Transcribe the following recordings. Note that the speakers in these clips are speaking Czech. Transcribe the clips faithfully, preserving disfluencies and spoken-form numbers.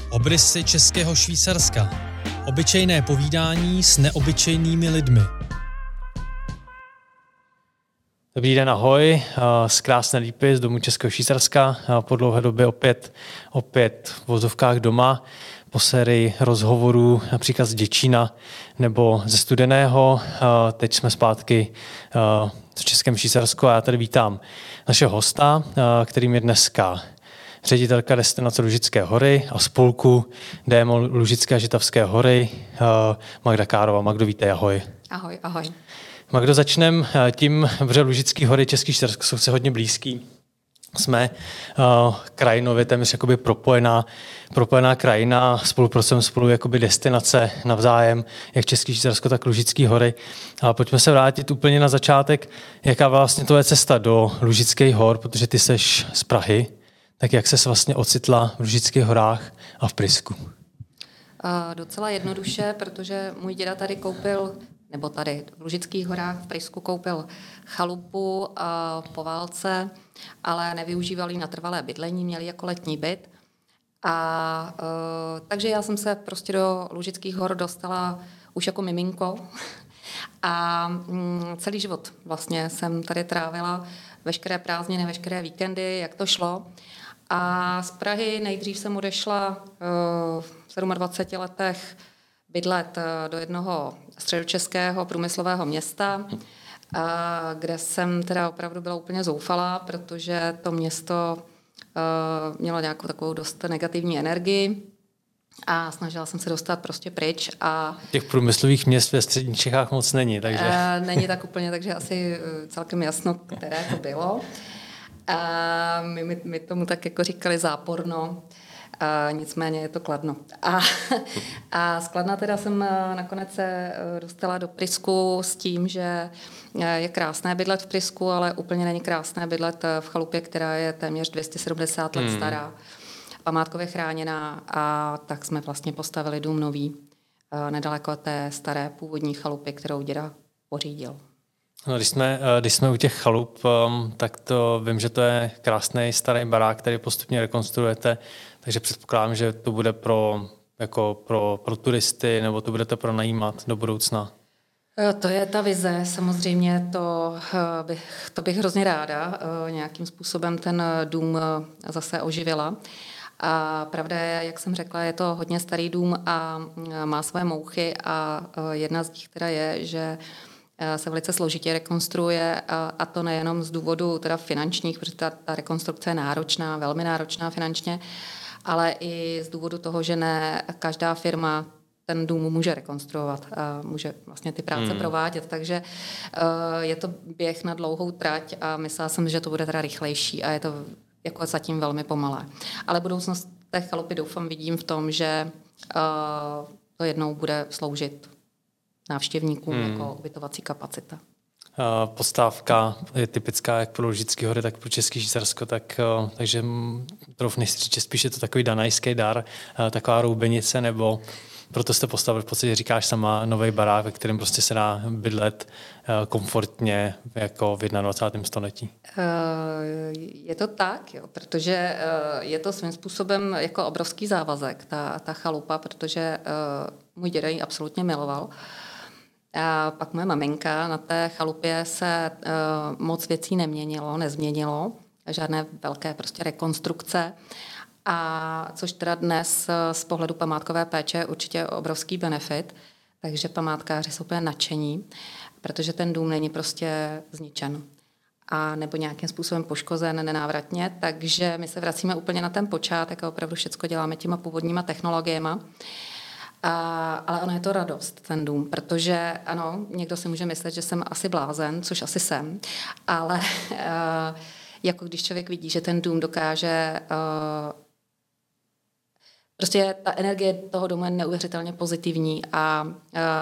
Obrysy českého Švýcarska. Obyčejné povídání s neobyčejnými lidmi. Dobrý den, ahoj. Z krásné Lípy, z domu Českého Švýcarska. Po dlouhé době opět, opět v vozovkách doma. Po sérii rozhovorů například z Děčína nebo ze Studeného. Teď jsme zpátky v Českém Švýcarsku a já tady vítám našeho hosta, kterým je dneska ředitelka destinace Lužické hory a spolku D M O Lužické a Žitavské hory Magda Kárová. Magdo, vítej, ahoj. Ahoj, ahoj. Magdo, začneme tím, že Lužické hory Český Švýcarsko jsou se hodně blízký. Jsme uh, krajinově téměř jakoby propojená, propojená krajina, spolupracujeme spolu jakoby destinace navzájem, jak Český Švýcarsko, tak Lužické hory. Ale pojďme se vrátit úplně na začátek, jaká vlastně to je cesta do Lužických hor, protože ty seš z Prahy, tak jak ses vlastně ocitla v Lužických horách a v Prysku? Uh, docela jednoduše, protože můj děda tady koupil, nebo tady v Lužických horách v Prysku koupil chalupu uh, po válce, ale nevyužívali ji na trvalé bydlení, měli jako letní byt. A uh, takže já jsem se prostě do Lužických hor dostala už jako miminko. A mm, celý život vlastně jsem tady trávila veškeré prázdniny, veškeré víkendy, jak to šlo. A z Prahy nejdřív jsem odešla uh, v dvaceti sedmi letech bydlet uh, do jednoho středočeského průmyslového města, uh, kde jsem teda opravdu byla úplně zoufalá, protože to město uh, mělo nějakou takovou dost negativní energii a snažila jsem se dostat prostě pryč. A těch průmyslových měst ve středních Čechách moc není, takže... Uh, není tak úplně, takže asi uh, celkem jasno, které to bylo. A my, my, my tomu tak jako říkali záporno, a nicméně je to Kladno. A, a z Kladna teda jsem nakonec se dostala do Prysku s tím, že je krásné bydlet v Prysku, ale úplně není krásné bydlet v chalupě, která je téměř dvě stě sedmdesát let hmm. stará, památkově chráněná, a tak jsme vlastně postavili dům nový nedaleko té staré původní chalupy, kterou děda pořídil. No, když, jsme, když jsme u těch chalup, tak to vím, že to je krásný starý barák, který postupně rekonstruujete, takže předpokládám, že to bude pro, jako pro, pro turisty, nebo to budete pronajímat do budoucna. To je ta vize, samozřejmě to bych, to bych hrozně ráda nějakým způsobem ten dům zase oživila. A pravda je, jak jsem řekla, je to hodně starý dům a má své mouchy a jedna z nich teda je, že se velice složitě rekonstruuje, a to nejenom z důvodu teda finančních, protože ta, ta rekonstrukce je náročná, velmi náročná finančně, ale i z důvodu toho, že ne každá firma ten dům může rekonstruovat a může vlastně ty práce hmm. provádět, takže je to běh na dlouhou trať a myslela jsem, že to bude teda rychlejší a je to jako zatím velmi pomalé. Ale budoucnost té chalupy doufám vidím v tom, že to jednou bude sloužit návštěvníkům hmm. jako ubytovací kapacita. Postávka je typická jak pro Lužické hory, tak pro České Švýcarsko, tak, takže troufnu si říct, že spíš je to takový danajský dar, taková roubenice, nebo proto jste postavili, v podstatě říkáš sama, nový barák, ve kterém prostě se dá bydlet komfortně jako v dvacátém prvním století. Je to tak, jo, protože je to svým způsobem jako obrovský závazek, ta, ta chalupa, protože můj děda ji absolutně miloval. A pak moje maminka, na té chalupě se uh, moc věcí neměnilo, nezměnilo, žádné velké prostě rekonstrukce. A což teda dnes z pohledu památkové péče je určitě obrovský benefit, takže památkáři jsou úplně nadšení, protože ten dům není prostě zničen a nebo nějakým způsobem poškozen nenávratně, takže my se vracíme úplně na ten počátek a opravdu všecko děláme těma původníma technologiema. A, ale ono je to radost, ten dům, protože ano, někdo si může myslet, že jsem asi blázen, což asi jsem, ale uh, jako když člověk vidí, že ten dům dokáže, uh, prostě ta energie toho domu je neuvěřitelně pozitivní a uh,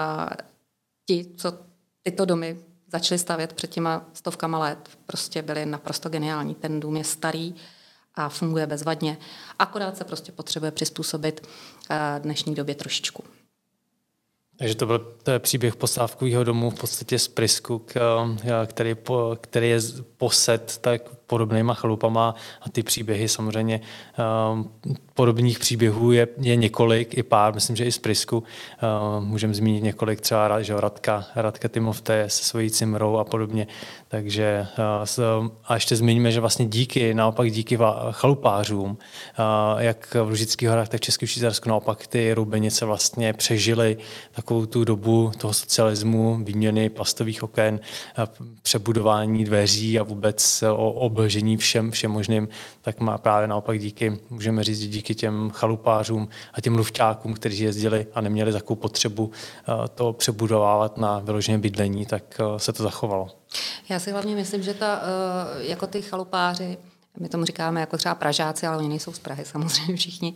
ti, co tyto domy začali stavět před těma stovkama let, prostě byli naprosto geniální. Ten dům je starý a funguje bezvadně. Akorát se prostě potřebuje přizpůsobit dnešní době trošičku. Takže to byl to je příběh postávkového domu v podstatě z Prysku, který, po, který je posed tak podobnýma chalupama a ty příběhy samozřejmě um, podobných příběhů je, je několik, i pár, myslím, že i z Prisku. Uh, můžeme zmínit několik, třeba že Radka, Radka Timofte se svojí cimrou a podobně. Takže uh, a ještě zmíníme, že vlastně díky, naopak díky chalupářům, uh, jak v Lužických horách, tak v Českém Švýcarsku, naopak ty Roubenice vlastně přežily takovou tu dobu toho socialismu, výměny plastových oken, přebudování dveří a vůbec o obhlžení všem, všem možným, tak má právě naopak díky, můžeme říct, díky těm chalupářům a těm lufťákům, kteří jezdili a neměli takovou potřebu to přebudovávat na vyložené bydlení, tak se to zachovalo. Já si hlavně myslím, že ta, jako ty chalupáři, my tomu říkáme jako třeba Pražáci, ale oni nejsou z Prahy samozřejmě všichni,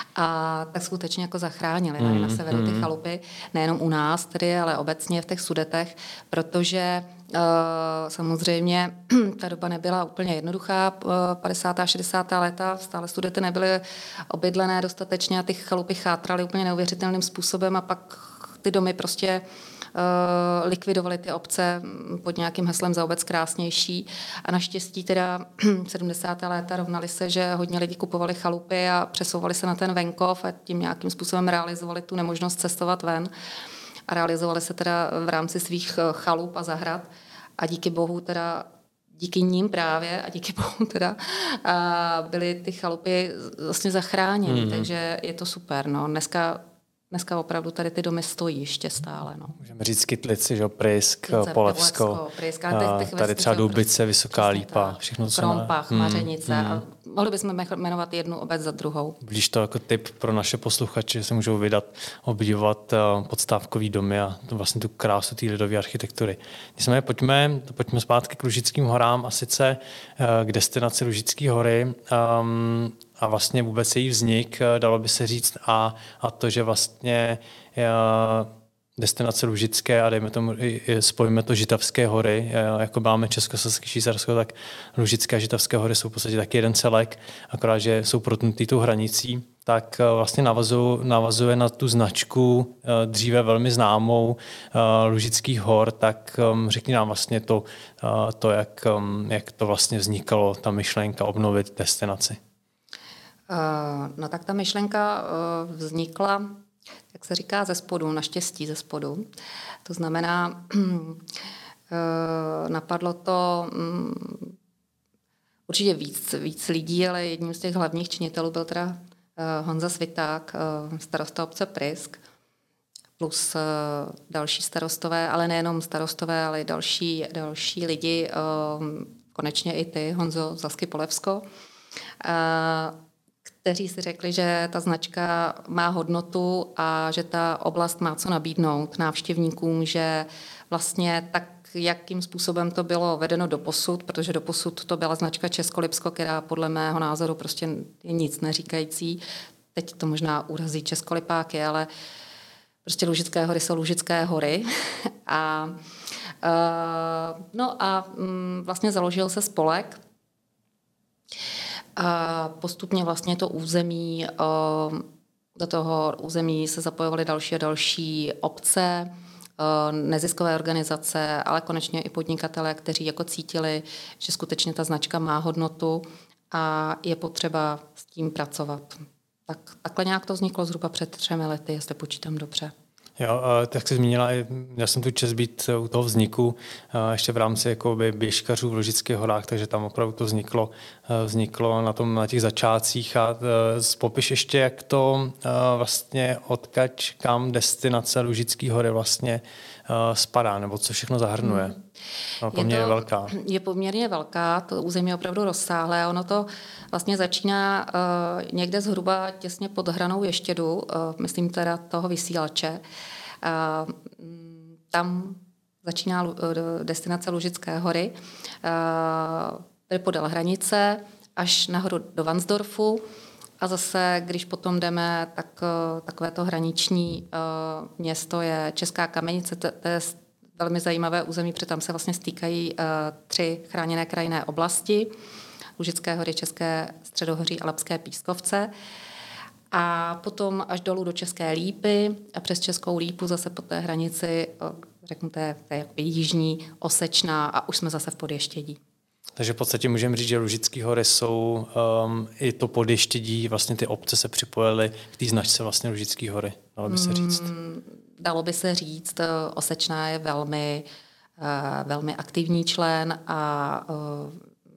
a tak skutečně jako zachránili mm, na severu mm. ty chalupy, nejenom u nás tedy, ale obecně v těch Sudetech, protože uh, samozřejmě ta doba nebyla úplně jednoduchá, padesátá šedesátá léta, stále Sudety nebyly obydlené dostatečně a ty chalupy chátraly úplně neuvěřitelným způsobem a pak ty domy prostě Uh, likvidovali ty obce pod nějakým heslem za obec krásnější a naštěstí teda sedmdesátá léta rovnali se, že hodně lidí kupovali chalupy a přesouvali se na ten venkov a tím nějakým způsobem realizovali tu nemožnost cestovat ven a realizovali se teda v rámci svých chalup a zahrad a díky bohu teda díky ním právě a díky bohu teda a byly ty chalupy vlastně zachráněny, mm. takže je to super. No. Dneska Dneska opravdu tady ty domy stojí ještě stále. No. Můžeme říct Kytlici, že? Prysk, Polevsko, Prysk, a tady třeba Doubice, Vysoká Lípa, všechno, co Krompach, hmm, Mařenice. Hmm. A mohli bychom jmenovat jednu obec za druhou. Blíž to jako tip pro naše posluchače, že se můžou vydat, obdivovat podstávkový domy a to vlastně tu krásu té lidové architektury. Nicméně pojďme, pojďme zpátky k Lužickým horám a sice k destinaci Lužické hory. Um, a vlastně vůbec její vznik, dalo by se říct, a, a to, že vlastně uh, destinace Lužické a dejme tomu, spojíme to Žitavské hory, jako máme Československé Švýcarsko, tak Lužické a Žitavské hory jsou v podstatě taky jeden celek, akorát, že jsou protnutý tou hranicí, tak vlastně navazuje, navazuje na tu značku dříve velmi známou Lužických hor, tak řekni nám vlastně to, to jak, jak to vlastně vznikalo, ta myšlenka obnovit destinaci. No tak ta myšlenka vznikla, jak se říká, ze spodu, naštěstí ze spodu. To znamená, napadlo to určitě víc, víc lidí, ale jedním z těch hlavních činitelů byl teda Honza Sviták, starosta obce Prysk, plus další starostové, ale nejenom starostové, ale i další, další lidi, konečně i ty, Honzo Zasky Polevsko, kteří si řekli, že ta značka má hodnotu a že ta oblast má co nabídnout návštěvníkům, že vlastně tak, jakým způsobem to bylo vedeno doposud, protože doposud to byla značka Českolipsko, která podle mého názoru prostě je nic neříkající. Teď to možná urazí Českolipáky, ale prostě Lužické hory jsou Lužické hory. a, uh, no a um, vlastně založil se spolek, a postupně vlastně to území, do toho území se zapojovaly další a další obce, neziskové organizace, ale konečně i podnikatelé, kteří jako cítili, že skutečně ta značka má hodnotu a je potřeba s tím pracovat. Tak, takhle nějak to vzniklo zhruba před třemi lety, jestli počítám dobře. Jo, tak jsi zmínila, já jsem tu čest být u toho vzniku ještě v rámci jakoby běžkařů v Lužických horách, takže tam opravdu to vzniklo, vzniklo na, tom, na těch začátcích a popiš ještě, jak to vlastně odkaď, kam destinace Lužických hory vlastně spadá, nebo co všechno zahrnuje. Hmm. No, poměrně je to, velká. Je poměrně velká, to území je opravdu rozsáhlé. Ono to vlastně začíná uh, někde zhruba těsně pod hranou Ještědu, uh, myslím teda toho vysílače. Uh, tam začíná uh, destinace Lužické hory, uh, tedy podél hranice, až nahoru do Vansdorfu. A zase, když potom jdeme, tak takové to hraniční uh, město je Česká Kamenice, to, to je velmi zajímavé území, protože tam se vlastně stýkají uh, tři chráněné krajinné oblasti, Lužické hory, České středohoří a Lapské pískovce. A potom až dolů do České Lípy a přes Českou Lípu zase po té hranici, uh, řeknu, to je, to je jižní, Osečná a už jsme zase v Podještědí. Takže v podstatě můžeme říct, že Lužické hory jsou um, i to podještědí, vlastně ty obce se připojily k té značce vlastně Lužické hory, dalo by se říct. Mm, dalo by se říct, Osečná je velmi, uh, velmi aktivní člen a uh,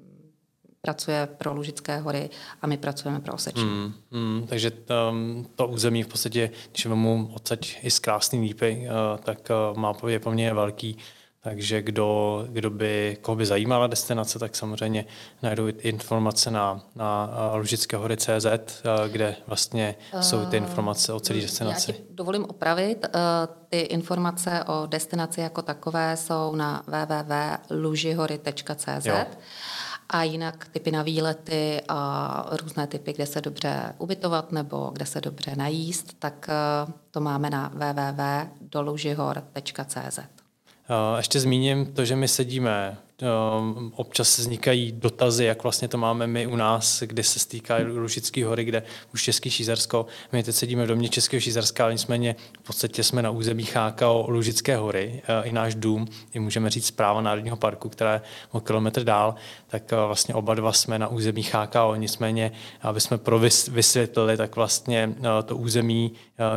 pracuje pro Lužické hory a my pracujeme pro Osečnou. Mm, mm, takže um, to území v podstatě, když vemu odsaď i z Krásný Lípy, uh, tak uh, má je poměrně velký. Takže kdo, kdo by, koho by zajímala destinace, tak samozřejmě najdou informace na, na lužické hory tečka cé zet, kde vlastně jsou ty informace o celé destinaci. Já ti dovolím opravit. Ty informace o destinaci jako takové jsou na w w w tečka lužihory tečka cé zet. A jinak typy na výlety a různé typy, kde se dobře ubytovat nebo kde se dobře najíst, tak to máme na w w w tečka lužihor tečka cé zet. Ještě zmíním to, že my sedíme. Občas vznikají dotazy, jak vlastně to máme my u nás, kde se stýká Lužické hory, kde už Český Švýcarsko. My teď sedíme v domě Českého Švýcarska, ale nicméně v podstatě jsme na území H K O Lužické hory. I náš dům, i můžeme říct správa Národního parku, která je o kilometr dál, tak vlastně oba dva jsme na území H K O. Nicméně, aby jsme vysvětlili, tak vlastně to území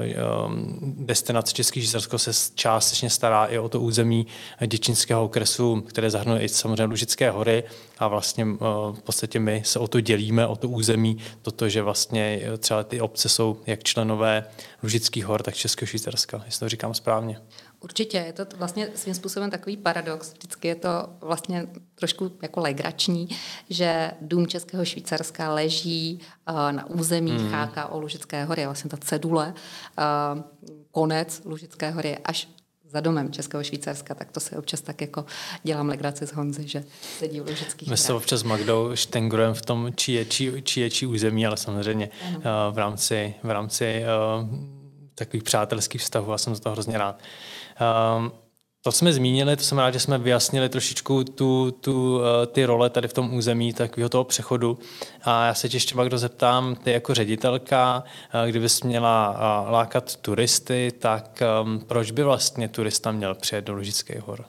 destinace Český Švýcarsko se částečně stará i o to území Děčínského okresu, které zahrnuje i samozřejmě Lužické hory a vlastně v podstatě my se o to dělíme, o to území, toto, že vlastně třeba ty obce jsou jak členové Lužických hor, tak Českého Švýcarska, jestli to říkám správně. Určitě, je to vlastně svým způsobem takový paradox. Vždycky je to vlastně trošku jako legrační, že dům Českého Švýcarska leží uh, na území hmm. H K O Lužické hory. Vlastně ta cedule, uh, konec Lužické hory až za domem Českého Švýcarska, tak to si občas tak jako dělám legraci z Honzy, že sedí v Lužických My se občas s Magdou štengrujeme v tom, či je či, či, je, či území, ale samozřejmě uh, v rámci, v rámci uh, takových přátelských vztahů a jsem za to hrozně rád. Um, to jsme zmínili, to jsem rád, že jsme vyjasnili trošičku tu, tu, ty role tady v tom území takového toho přechodu. A já se tě ještě Magdo zeptám, ty jako ředitelka, kdybys měla lákat turisty, tak um, proč by vlastně turista měl přijet do Lužických hor?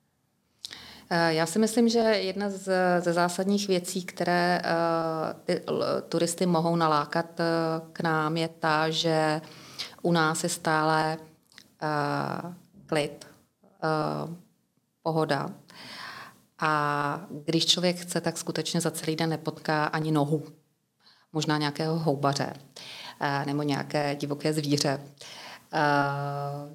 Já si myslím, že jedna z, ze zásadních věcí, které uh, ty uh, turisty mohou nalákat uh, k nám, je ta, že u nás je stále uh, klid, uh, pohoda. A když člověk chce, tak skutečně za celý den nepotká ani nohu. Možná nějakého houbaře uh, nebo nějaké divoké zvíře. Uh,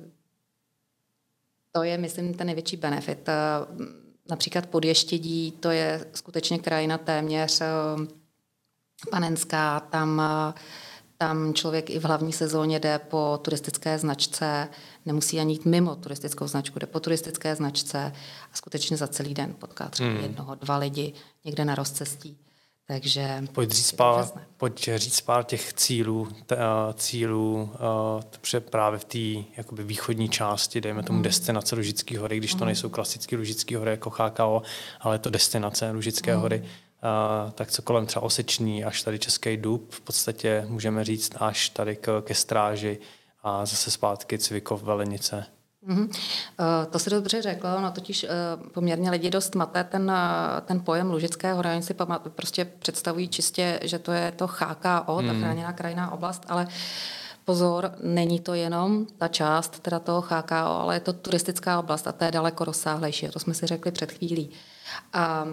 to je, myslím, ten největší benefit. Uh, například Podještědí, to je skutečně krajina téměř uh, panenská, tam uh, Tam člověk i v hlavní sezóně jde po turistické značce, nemusí ani jít mimo turistickou značku, jde po turistické značce a skutečně za celý den potká třeba hmm. jednoho, dva lidi někde na rozcestí. Takže pojď říct pár, pojď říct pár těch cílů, t, cílů uh, právě v té jakoby východní části, dejme tomu hmm. destinace Lužické hory, když hmm. to nejsou klasické Lužické hory jako H K O, ale je to destinace Lužické hmm. hory. Uh, tak co kolem třeba Osečný až tady Český Dub, v podstatě můžeme říct až tady k, ke Stráži a zase zpátky Cvikov, Velenice. Mm-hmm. Uh, to si dobře řekla, no totiž uh, poměrně lidi dost maté ten, uh, ten pojem Lužické hory, oni si pamat, prostě představují čistě, že to je to H K O, mm. ta chráněná krajinná oblast, ale pozor, není to jenom ta část teda toho H K O, ale je to turistická oblast a to je daleko rozsáhlejší, to jsme si řekli před chvílí. A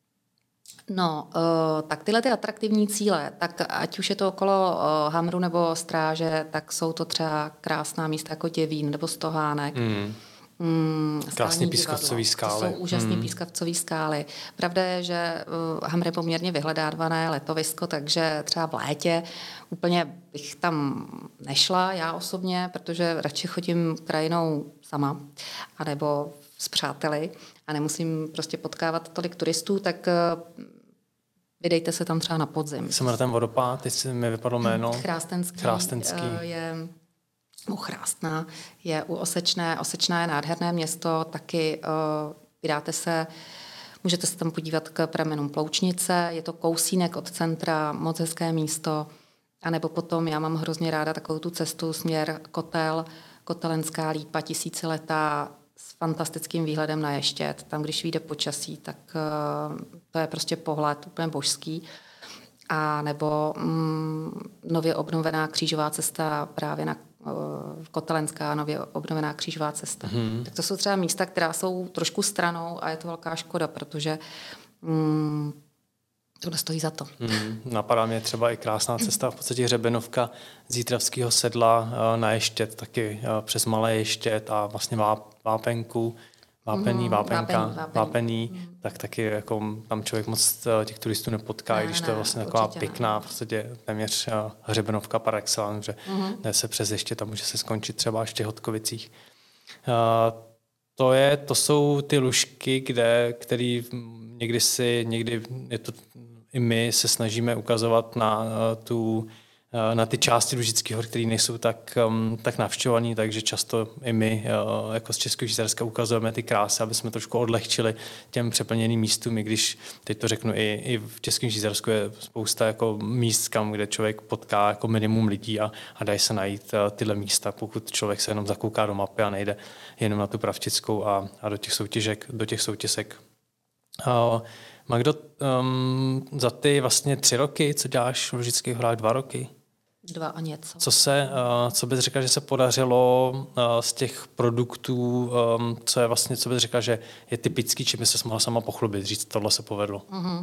No, uh, tak tyhle ty atraktivní cíle, tak ať už je to okolo uh, Hamru nebo Stráže, tak jsou to třeba krásná místa jako Děvín nebo Stohánek. Mm. Mm, Krásný pískovcový skály. To jsou úžasný mm. pískovcový skály. Pravda je, že uh, Hamr je poměrně vyhledávané letovisko, takže třeba v létě úplně bych tam nešla já osobně, protože radši chodím krajinou sama, anebo s přáteli a nemusím prostě potkávat tolik turistů, tak uh, vydejte se tam třeba na podzim. Jsem na ten vodopád, teď mi vypadlo jméno. Chrástenský. Chrástenský. Je u Chrástna, je u Osečné. Osečná je nádherné město, taky uh, vydáte se, můžete se tam podívat k pramenům Ploučnice, je to kousínek od centra, moc hezké místo. A nebo potom, já mám hrozně ráda takovou tu cestu směr Kotel, Kotelenská lípa, tisíciletá, s fantastickým výhledem na Ještěd. Tam, když vyjde počasí, tak uh, to je prostě pohled úplně božský. A nebo mm, nově obnovená křížová cesta právě na uh, Kotelenská, nově obnovená křížová cesta. Hmm. Tak to jsou třeba místa, která jsou trošku stranou a je to velká škoda, protože mm, tohle stojí za to. Hmm. Napadá mě třeba i krásná cesta, v podstatě hřebenovka z Jítravského sedla uh, na Ještěd, taky uh, přes Malé Ještěd a vlastně váp, Vápenku. Vápení, vápenka, vápení, vápení. vápení mm. tak taky jako tam člověk moc těch turistů nepotká, ne, i když ne, to je vlastně taková pěkná, v podstatě téměř hřebenovka par excellence, že mm. jde se přes ještě, tam může se skončit třeba až v těch Hodkovicích. Uh, to, je, to jsou ty lůžky, kde, který někdy si, někdy je to, i my se snažíme ukazovat na uh, tu na ty části Lužických hor, které nejsou tak, um, tak navštěvované, takže často i my uh, jako z Českého Švýcarska ukazujeme ty krásy, aby jsme trošku odlehčili těm přeplněným místům, i když teď to řeknu, i, i v Českém Švýcarsku je spousta jako míst, kam, kde člověk potká jako minimum lidí a, a dají se najít uh, tyhle místa, pokud člověk se jenom zakouká do mapy a nejde jenom na tu Pravčickou a, a do těch soutěžek, do těch soutěsek. Uh, Magdo, um, za ty vlastně tři roky, co děláš v Lužických horách, dva roky? Dva a něco. Co se, uh, co bys řekla, že se podařilo uh, z těch produktů, um, co je vlastně, co bys řekla, že je typický, čím by se mohla sama pochlubit, říct, tohle se povedlo? Uh-huh.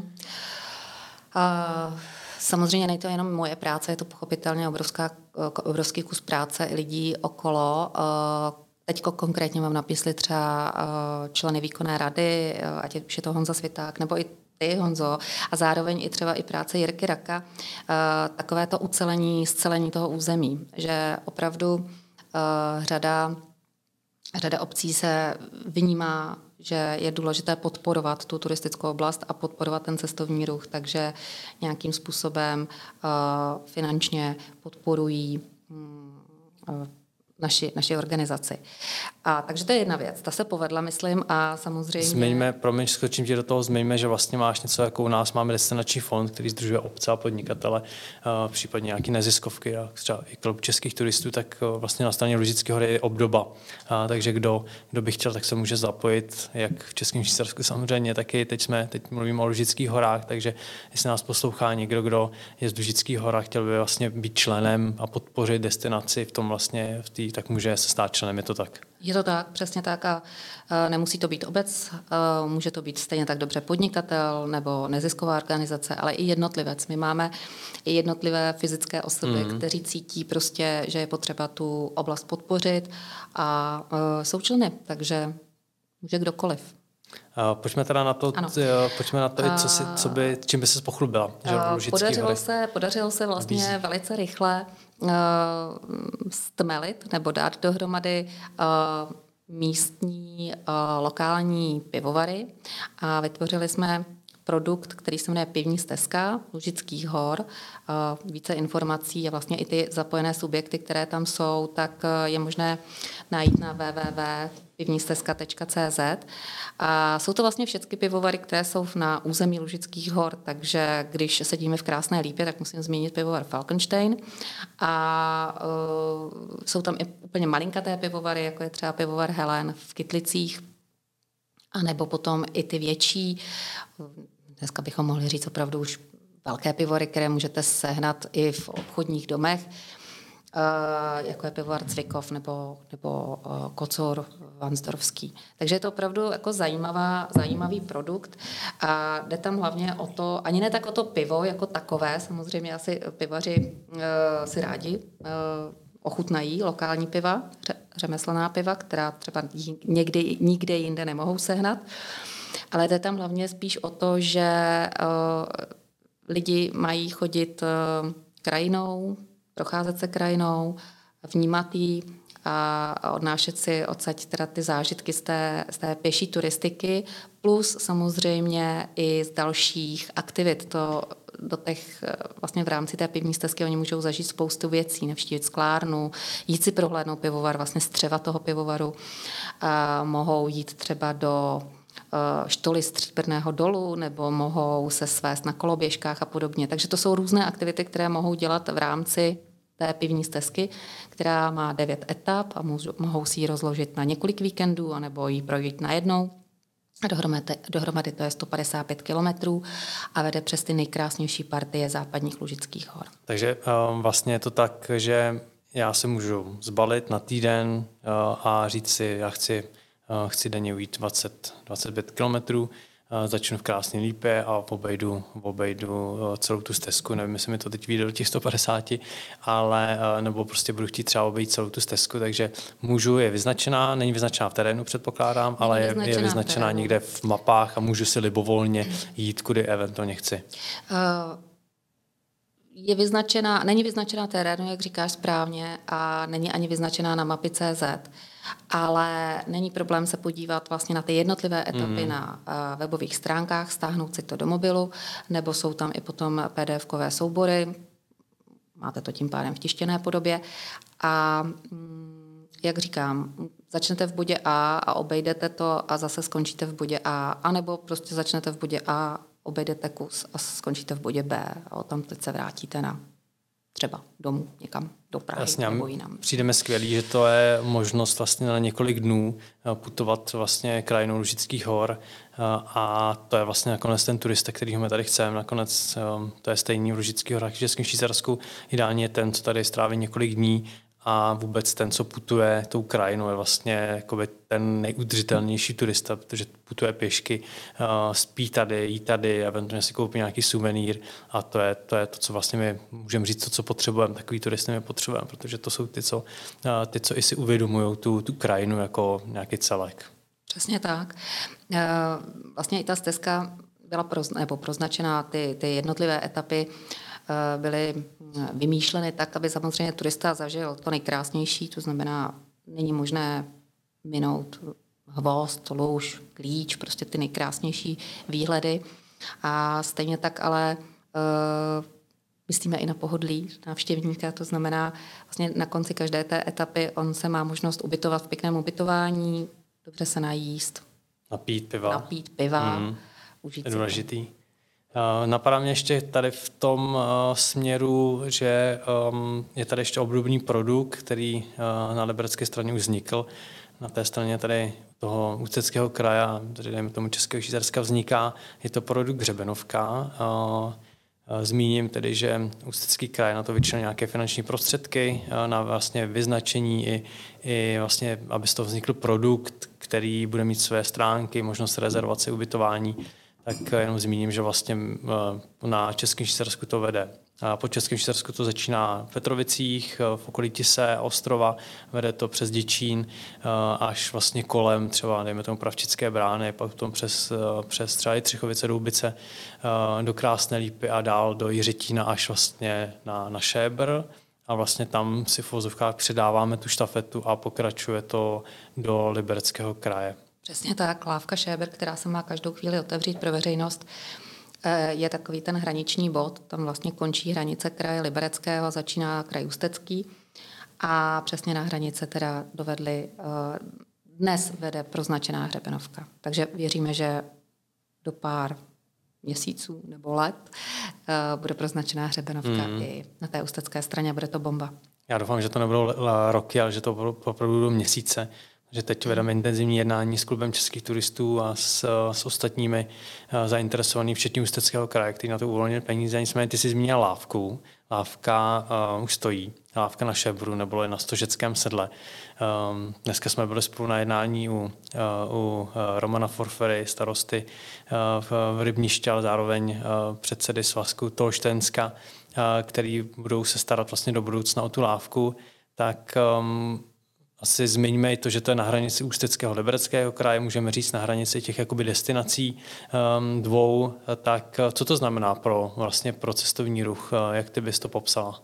Uh, samozřejmě není to jenom moje práce, je to pochopitelně obrovská, obrovský kus práce i lidí okolo. Uh, Teď konkrétně mám na mysli třeba uh, členy výkonné rady, uh, ať už je to Honza Sviták, nebo i ty, Honzo, a zároveň i třeba i práce Jirky Raka, uh, takové to ucelení, scelení toho území, že opravdu uh, řada, řada obcí se vnímá, že je důležité podporovat tu turistickou oblast a podporovat ten cestovní ruch, takže nějakým způsobem uh, finančně podporují um, uh, Naši, naši organizaci. A takže to je jedna věc. Ta se povedla, myslím, a samozřejmě... Zmiňme, promiň, skočím ti do toho, zmiňme, že vlastně máš něco, jako u nás máme destinační fond, který sdružuje obce a podnikatele, uh, případně nějaké neziskovky a třeba i klub českých turistů, tak uh, vlastně na straně Lužické hory je obdoba. Uh, takže kdo, kdo by chtěl, tak se může zapojit, jak v Českém Švýcarsku samozřejmě, taky teď jsme, teď mluvíme o Lužických horách, takže jestli nás poslouchá někdo, kdo je z Lužických horách, chtěl by vlastně být členem a podpořit destinaci v tom vlastně, v té, tak může se stát členem, je to tak? Je to tak, přesně tak a uh, nemusí to být obec, uh, může to být stejně tak dobře podnikatel nebo nezisková organizace, ale i jednotlivec. My máme i jednotlivé fyzické osoby, mm. kteří cítí prostě, že je potřeba tu oblast podpořit a uh, jsou členy, takže může kdokoliv. Uh, pojďme teda na to, t, pojďme na to, uh, co si, co by, čím by se pochlubila. Že uh, podařilo, se, podařilo se vlastně Bízí. velice rychle uh, stmelit nebo dát dohromady uh, místní uh, lokální pivovary a vytvořili jsme produkt, který se jmenuje Pivní stezka Lužických hor. Uh, více informací a vlastně i ty zapojené subjekty, které tam jsou, tak uh, je možné najít na w w w tečka pivní stezka tečka c z. A jsou to vlastně všechny pivovary, které jsou na území Lužických hor, takže když sedíme v Krásné Lípě, tak musím zmínit pivovar Falkenstein. A uh, jsou tam i úplně malinkaté pivovary, jako je třeba pivovar Helen v Kytlicích, a nebo potom i ty větší. Dneska bychom mohli říct opravdu už velké pivory, které můžete sehnat i v obchodních domech, uh, jako je pivovar Cvikov nebo, nebo uh, Kocor Vansdorfský. Takže je to opravdu jako zajímavá, zajímavý produkt a jde tam hlavně o to, ani ne tak o to pivo jako takové, samozřejmě asi pivaři uh, si rádi uh, ochutnají lokální piva, ře, řemeslná piva, která třeba někdy, nikde jinde nemohou sehnat. Ale jde tam hlavně spíš o to, že uh, lidi mají chodit uh, krajinou, procházet se krajinou, vnímat ji a odnášet si odsaď teda ty zážitky z té, z té pěší turistiky, plus samozřejmě i z dalších aktivit. To do těch, vlastně v rámci té pivní stezky oni můžou zažít spoustu věcí, navštívit sklárnu, jít si prohlédnout pivovar, vlastně střeva toho pivovaru, a mohou jít třeba do štoly Stříbrného dolu nebo mohou se svést na koloběžkách a podobně. Takže to jsou různé aktivity, které mohou dělat v rámci té pivní stezky, která má devět etap a mohou si ji rozložit na několik víkendů anebo ji projít najednou. Dohromady, dohromady to je sto padesát pět kilometrů a vede přes ty nejkrásnější partie západních Lužických hor. Takže um, vlastně je to tak, že já se můžu zbalit na týden uh, a říct si, já chci, uh, chci denně ujít dvacet, dvacet pět kilometrů, uh, začnu v Krásné Lípě a obejdu, obejdu uh, celou tu stezku. Nevím, jestli mi to teď vyjde do těch sto padesát, ale uh, nebo prostě budu chtít třeba obejít celou tu stezku, takže můžu, je vyznačená, není vyznačená v terénu, předpokládám, není ale je, je vyznačená v někde v mapách a můžu si libovolně jít, kudy eventuálně chci. Uh... Je vyznačená, není vyznačená terénu, jak říkáš správně, a není ani vyznačená na mapy tečka cé zet, ale není problém se podívat vlastně na ty jednotlivé etapy mm. na uh, webových stránkách, stáhnout si to do mobilu, nebo jsou tam i potom pé dé efkové soubory, máte to tím pádem v tištěné podobě a mm, jak říkám, začnete v bodě A a obejdete to a zase skončíte v bodě A, anebo prostě začnete v bodě A, obejdete kus a skončíte v bodě B a tam teď se vrátíte na třeba domů, někam do Prahy. Jasně, nebo jinam. Přijdeme skvělý, že to je možnost vlastně na několik dnů putovat vlastně krajinou Lužických hor a to je vlastně nakonec ten turista, kterýho my tady chceme. Nakonec to je stejný v Lužických horách v Českém Švýcarsku. Ideálně je ten, co tady stráví několik dní a vůbec ten, co putuje tou krajinou, je vlastně jakoby ten nejudržitelnější turista, protože putuje pěšky, spí tady, jí tady, eventuálně si koupí nějaký suvenýr a to je to, je to co vlastně my můžeme říct, to, co potřebujeme, takový turisty my potřebujeme, protože to jsou ty, co, ty, co i si uvědomují tu, tu krajinu jako nějaký celek. Přesně tak. Vlastně i ta stezka byla proz, nebo proznačená, ty, ty jednotlivé etapy byly vymýšleny tak, aby samozřejmě turista zažil to nejkrásnější, to znamená, není možné minout Hvozd, Luž, Klíč, prostě ty nejkrásnější výhledy. A stejně tak ale uh, myslíme i na pohodlí návštěvníka, to znamená, vlastně na konci každé té etapy on se má možnost ubytovat v pěkném ubytování, dobře se najíst. Napít piva. Napít piva. Mm. Užít je důležitý. Uh, napadá mě ještě tady v tom uh, směru, že um, je tady ještě obdobný produkt, který uh, na liberecké straně už vznikl. Na té straně tady toho Ústeckého kraje, tady dejme tomu Českého Švýcarska vzniká, je to produkt Hřebenovka. Uh, Zmíním tedy, že Ústecký kraj na to vyčlenil nějaké finanční prostředky na vlastně vyznačení i, i vlastně, aby z toho vznikl produkt, který bude mít své stránky, možnost rezervace, ubytování. Tak jenom zmíním, že vlastně na Českém Švýcarsku to vede. Po Českém Švýcarsku to začíná v Petrovicích, v okolí Tise, Ostrova, vede to přes Děčín až vlastně kolem třeba, dejme tomu Pravčické brány, pak potom přes, přes třeba i Třichovice, Doubice, do Krásné Lípy a dál do Jiřetína až vlastně na, na Šébr. A vlastně tam si v uvozovkách předáváme tu štafetu a pokračuje to do Libereckého kraje. Přesně tak, lávka Šébr, která se má každou chvíli otevřít pro veřejnost, je takový ten hraniční bod. Tam vlastně končí hranice kraje Libereckého a začíná kraj Ústecký. A přesně na hranice teda dovedli, dnes vede proznačená Hřebenovka. Takže věříme, že do pár měsíců nebo let bude proznačená Hřebenovka mm. i na té ústecké straně, bude to bomba. Já doufám, že to nebudou roky, ale že to opravdu budou měsíce. Že teď vedeme intenzivní jednání s klubem českých turistů a s, s ostatními zainteresovanými, včetně Ústeckého kraje, který na to uvolnil peníze. Nicméně ty jsi zmínil lávku. Lávka uh, už stojí. Lávka na Šebru nebo je na Stožeckém sedle. Um, dneska jsme byli spolu na jednání u, uh, u Romana Forfery, starosty uh, v, v Rybništi, ale zároveň uh, předsedy svazku Tolštenska, uh, který budou se starat vlastně do budoucna o tu lávku. Tak um, asi zmiňme i to, že to je na hranici Ústeckého Libereckého kraje, můžeme říct na hranici těch jakoby destinací um, dvou. Tak co to znamená pro, vlastně pro cestovní ruch? Jak ty bys to popsala?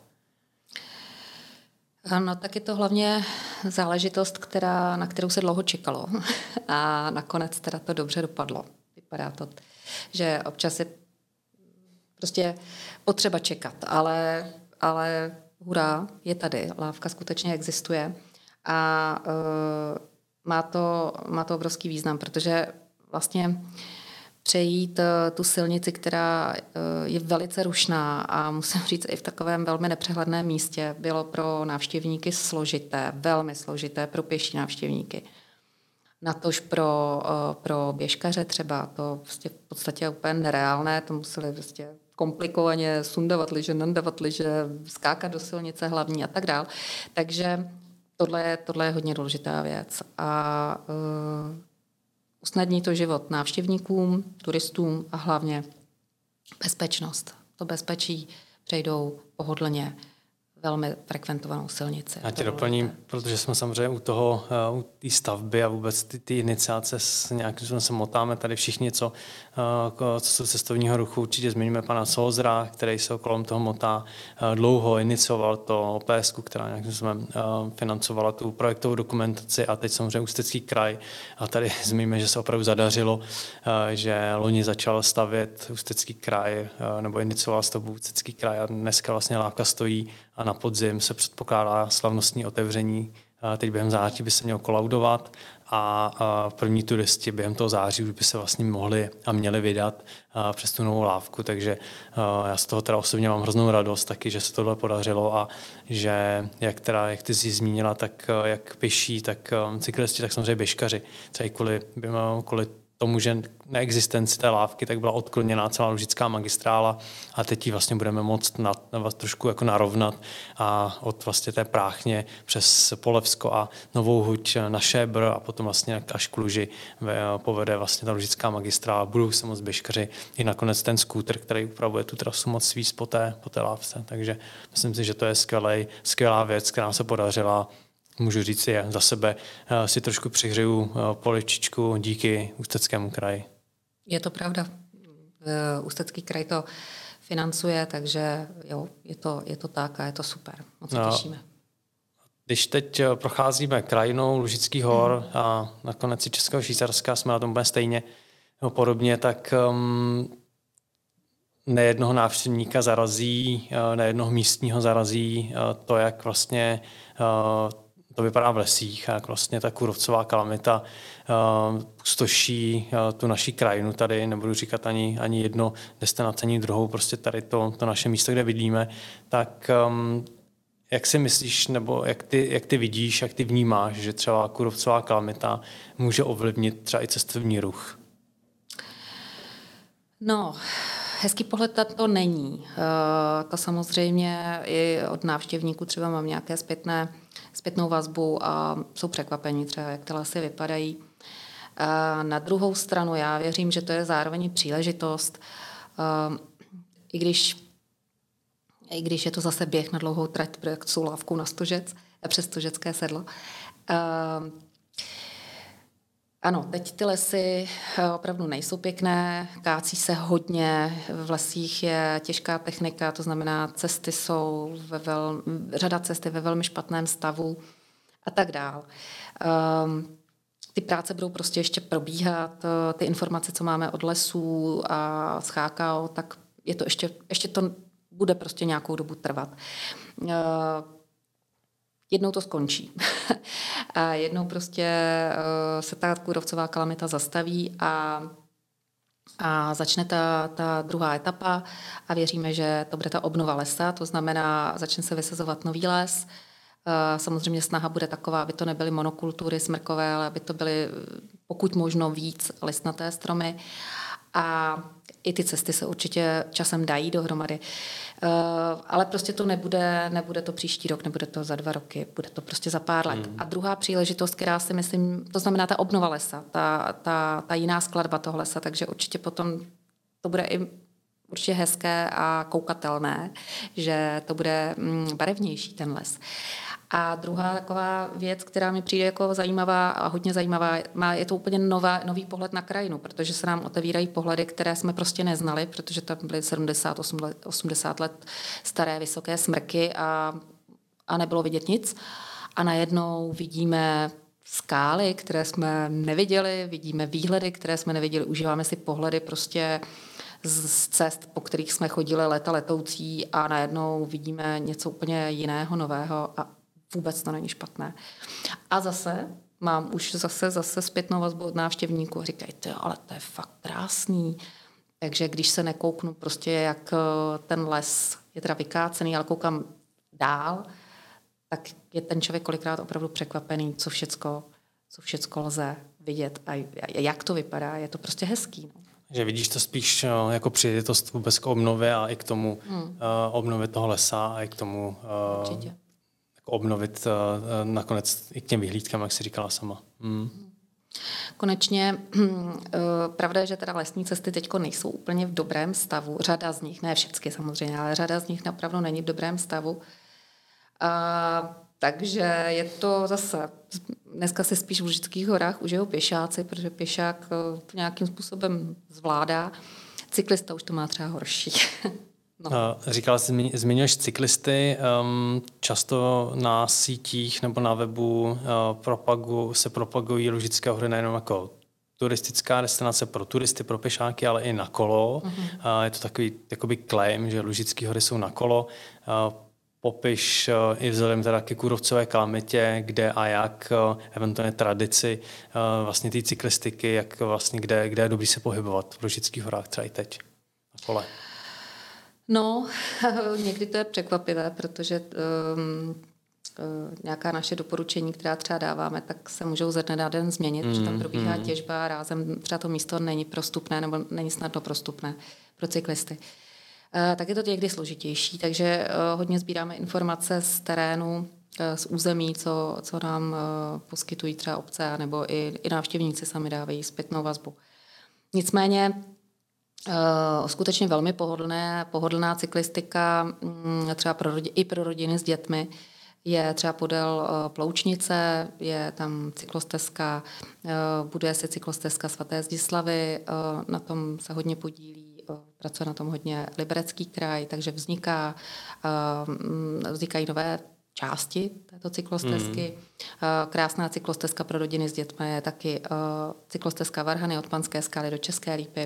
No, tak je to hlavně záležitost, která, na kterou se dlouho čekalo. A nakonec teda to dobře dopadlo. Vypadá to, že občas je prostě potřeba čekat, ale, ale hurá, je tady. Lávka skutečně existuje. A uh, má, to, má to obrovský význam, protože vlastně přejít tu silnici, která je velice rušná a musím říct i v takovém velmi nepřehledném místě, bylo pro návštěvníky složité, velmi složité pro pěší návštěvníky. Natož pro, pro běžkaře třeba, to prostě v podstatě úplně nereálné, to museli prostě komplikovaně sundavat lyže, nandavat lyže, skákat do silnice hlavní a tak dál. Takže tohle je, tohle je hodně důležitá věc. A uh, usnadní to život návštěvníkům, turistům a hlavně bezpečnost. To bezpečí přejdou pohodlně velmi frekventovanou silnici. Já tě doplním, protože jsme samozřejmě u toho, u té stavby a vůbec ty, ty iniciace s nějakým způsobem se motáme tady všichni, co, co jsou cestovního ruchu. Určitě zmíníme pana Sozra, který se kolem toho motá dlouho, inicioval to O P S ku, která nějakým způsobem financovala tu projektovou dokumentaci a teď samozřejmě Ústecký kraj. A tady zmíníme, že se opravdu zadařilo, že loni začal stavět Ústecký kraj, nebo inicioval stavbu Ústecký kraj a dneska vlastně lávka stojí a na podzim se předpokládá slavnostní otevření. Teď během září by se mělo kolaudovat a první turisti během toho září už by se vlastně mohli a měli vydat přes tu novou lávku. Takže já z toho teda osobně mám hroznou radost taky, že se tohle podařilo a že jak, teda, jak ty jsi zmínila, tak jak pěší, tak cyklisti, tak samozřejmě běžkaři. Třeba i kvůli, kvůli tomu, že neexistenci té lávky, tak byla odkloněná celá lužická magistrála a teď ji vlastně budeme moct na, na, trošku jako narovnat a od vlastně té Práchně přes Polevsko a Novou Huť na Šébr a potom vlastně až k Luži povede vlastně ta lužická magistrála. Budou se moc běžkaři i nakonec ten skútr, který upravuje tu trasu moc svíz po té, po té lávce. Takže myslím si, že to je skvělej, skvělá věc, která se podařila. Můžu říct si za sebe, si trošku přihřeju poličičku díky Ústeckému kraji. Je to pravda. Ústecký kraj to financuje, takže jo, je to, je to tak a je to super. Moc se no, těšíme. Když teď procházíme krajinou Lužických hor mm. a nakonec i Českého Švýcarska, jsme na tom úplně stejně no, podobně, tak um, nejednoho návštěvníka zarazí, nejednoho místního zarazí to, jak vlastně uh, to vypadá v lesích a jak vlastně ta kůrovcová kalamita uh, pustoší uh, tu naší krajinu tady, nebudu říkat ani, ani jedno destinaci, ani druhou, prostě tady to, to naše místo, kde bydlíme, tak um, jak si myslíš, nebo jak ty, jak ty vidíš, jak ty vnímáš, že třeba kůrovcová kalamita může ovlivnit třeba i cestovní ruch? No, hezký pohled to není. Uh, to samozřejmě i od návštěvníků třeba mám nějaké zpětné zpětnou vazbu a jsou překvapení třeba, jak ty lesy vypadají. A na druhou stranu já věřím, že to je zároveň příležitost, i když, i když je to zase běh na dlouhou trať, protože jsou lávkou na Stožec, přes Stožecké sedlo. Ano, teď ty lesy opravdu nejsou pěkné, kácí se hodně, v lesích je těžká technika, to znamená, cesty jsou ve vel, řada cest je ve velmi špatném stavu a tak dál. Um, ty práce budou prostě ještě probíhat, ty informace, co máme od lesů a z H K O, tak je to ještě, ještě to bude prostě nějakou dobu trvat. Uh, Jednou to skončí. A jednou prostě uh, se ta kůrovcová kalamita zastaví a, a začne ta, ta druhá etapa a věříme, že to bude ta obnova lesa, to znamená, začne se vysazovat nový les. Uh, samozřejmě snaha bude taková, aby to nebyly monokultury smrkové, ale aby to byly pokud možno víc listnaté stromy. A i ty cesty se určitě časem dají dohromady. Uh, ale prostě to nebude, nebude to příští rok, nebude to za dva roky, bude to prostě za pár let. Hmm. A druhá příležitost, která si myslím, to znamená ta obnova lesa, ta, ta, ta jiná skladba toho lesa, takže určitě potom to bude i určitě hezké a koukatelné, že to bude mm, barevnější ten les. A druhá taková věc, která mi přijde jako zajímavá a hodně zajímavá, má, je to úplně nová, nový pohled na krajinu, protože se nám otevírají pohledy, které jsme prostě neznali, protože tam byly sedmdesát osmdesát let staré vysoké smrky a, a nebylo vidět nic. A najednou vidíme skály, které jsme neviděli, vidíme výhledy, které jsme neviděli, užíváme si pohledy prostě z cest, po kterých jsme chodili léta letoucí a najednou vidíme něco úplně jiného, nového a vůbec to není špatné. A zase mám už zase, zase zpětnou vazbu od návštěvníků a říkají, ale to je fakt krásný. Takže když se nekouknu prostě, jak ten les je teda vykácený, ale koukám dál, tak je ten člověk kolikrát opravdu překvapený, co všecko, co všecko lze vidět a jak to vypadá. Je to prostě hezký. No. Že vidíš to spíš jako příležitost vůbec k obnově a i k tomu hmm. uh, obnovit toho lesa a i k tomu uh, jako obnovit uh, nakonec i k těm vyhlídkám, jak jsi říkala sama. Hmm. Konečně pravda je, že teda lesní cesty teď nejsou úplně v dobrém stavu. Řada z nich, ne všechny samozřejmě, ale řada z nich opravdu není v dobrém stavu. A, takže je to zase, dneska se spíš v Lužických horách užijou pěšáci, protože pěšák to nějakým způsobem zvládá. Cyklista už to má třeba horší. No. Říkala jsi, zmiňuješ cyklisty, um, často na sítích nebo na webu uh, propagu, se propagují Lužické hory nejenom jako turistická destinace pro turisty, pro pěšáky, ale i na kolo. Mm-hmm. Uh, je to takový jakoby claim, že Lužické hory jsou na kolo. Uh, popiš uh, i vzhledem teda ke kůrovcové kalamitě, kde a jak, uh, eventuálně tradici uh, vlastně té cyklistiky, jak vlastně, kde, kde je dobrý se pohybovat v Lužických horách třeba i teď na kole. No, někdy to je překvapivé, protože um, uh, nějaká naše doporučení, která třeba dáváme, tak se můžou ze dne na den změnit, mm, protože tam probíhá mm. těžba a rázem třeba to místo není prostupné nebo není snadno prostupné pro cyklisty. Uh, tak je to někdy složitější, takže uh, hodně sbíráme informace z terénu, uh, z území, co, co nám uh, poskytují třeba obce, nebo i, i návštěvníci sami dávají zpětnou vazbu. Nicméně Uh, skutečně velmi pohodlné, pohodlná cyklistika, um, třeba pro rodi- i pro rodiny s dětmi, je třeba podél uh, Ploučnice, je tam cyklostezka, uh, buduje se cyklostezka svaté Zdislavy, uh, na tom se hodně podílí, uh, pracuje na tom hodně Liberecký kraj, takže vzniká, uh, vznikají nové části této cyklostezky. Mm. Uh, krásná cyklostezka pro rodiny s dětmi je taky uh, cyklostezka Varhany od Panské Skaly do České Lípy.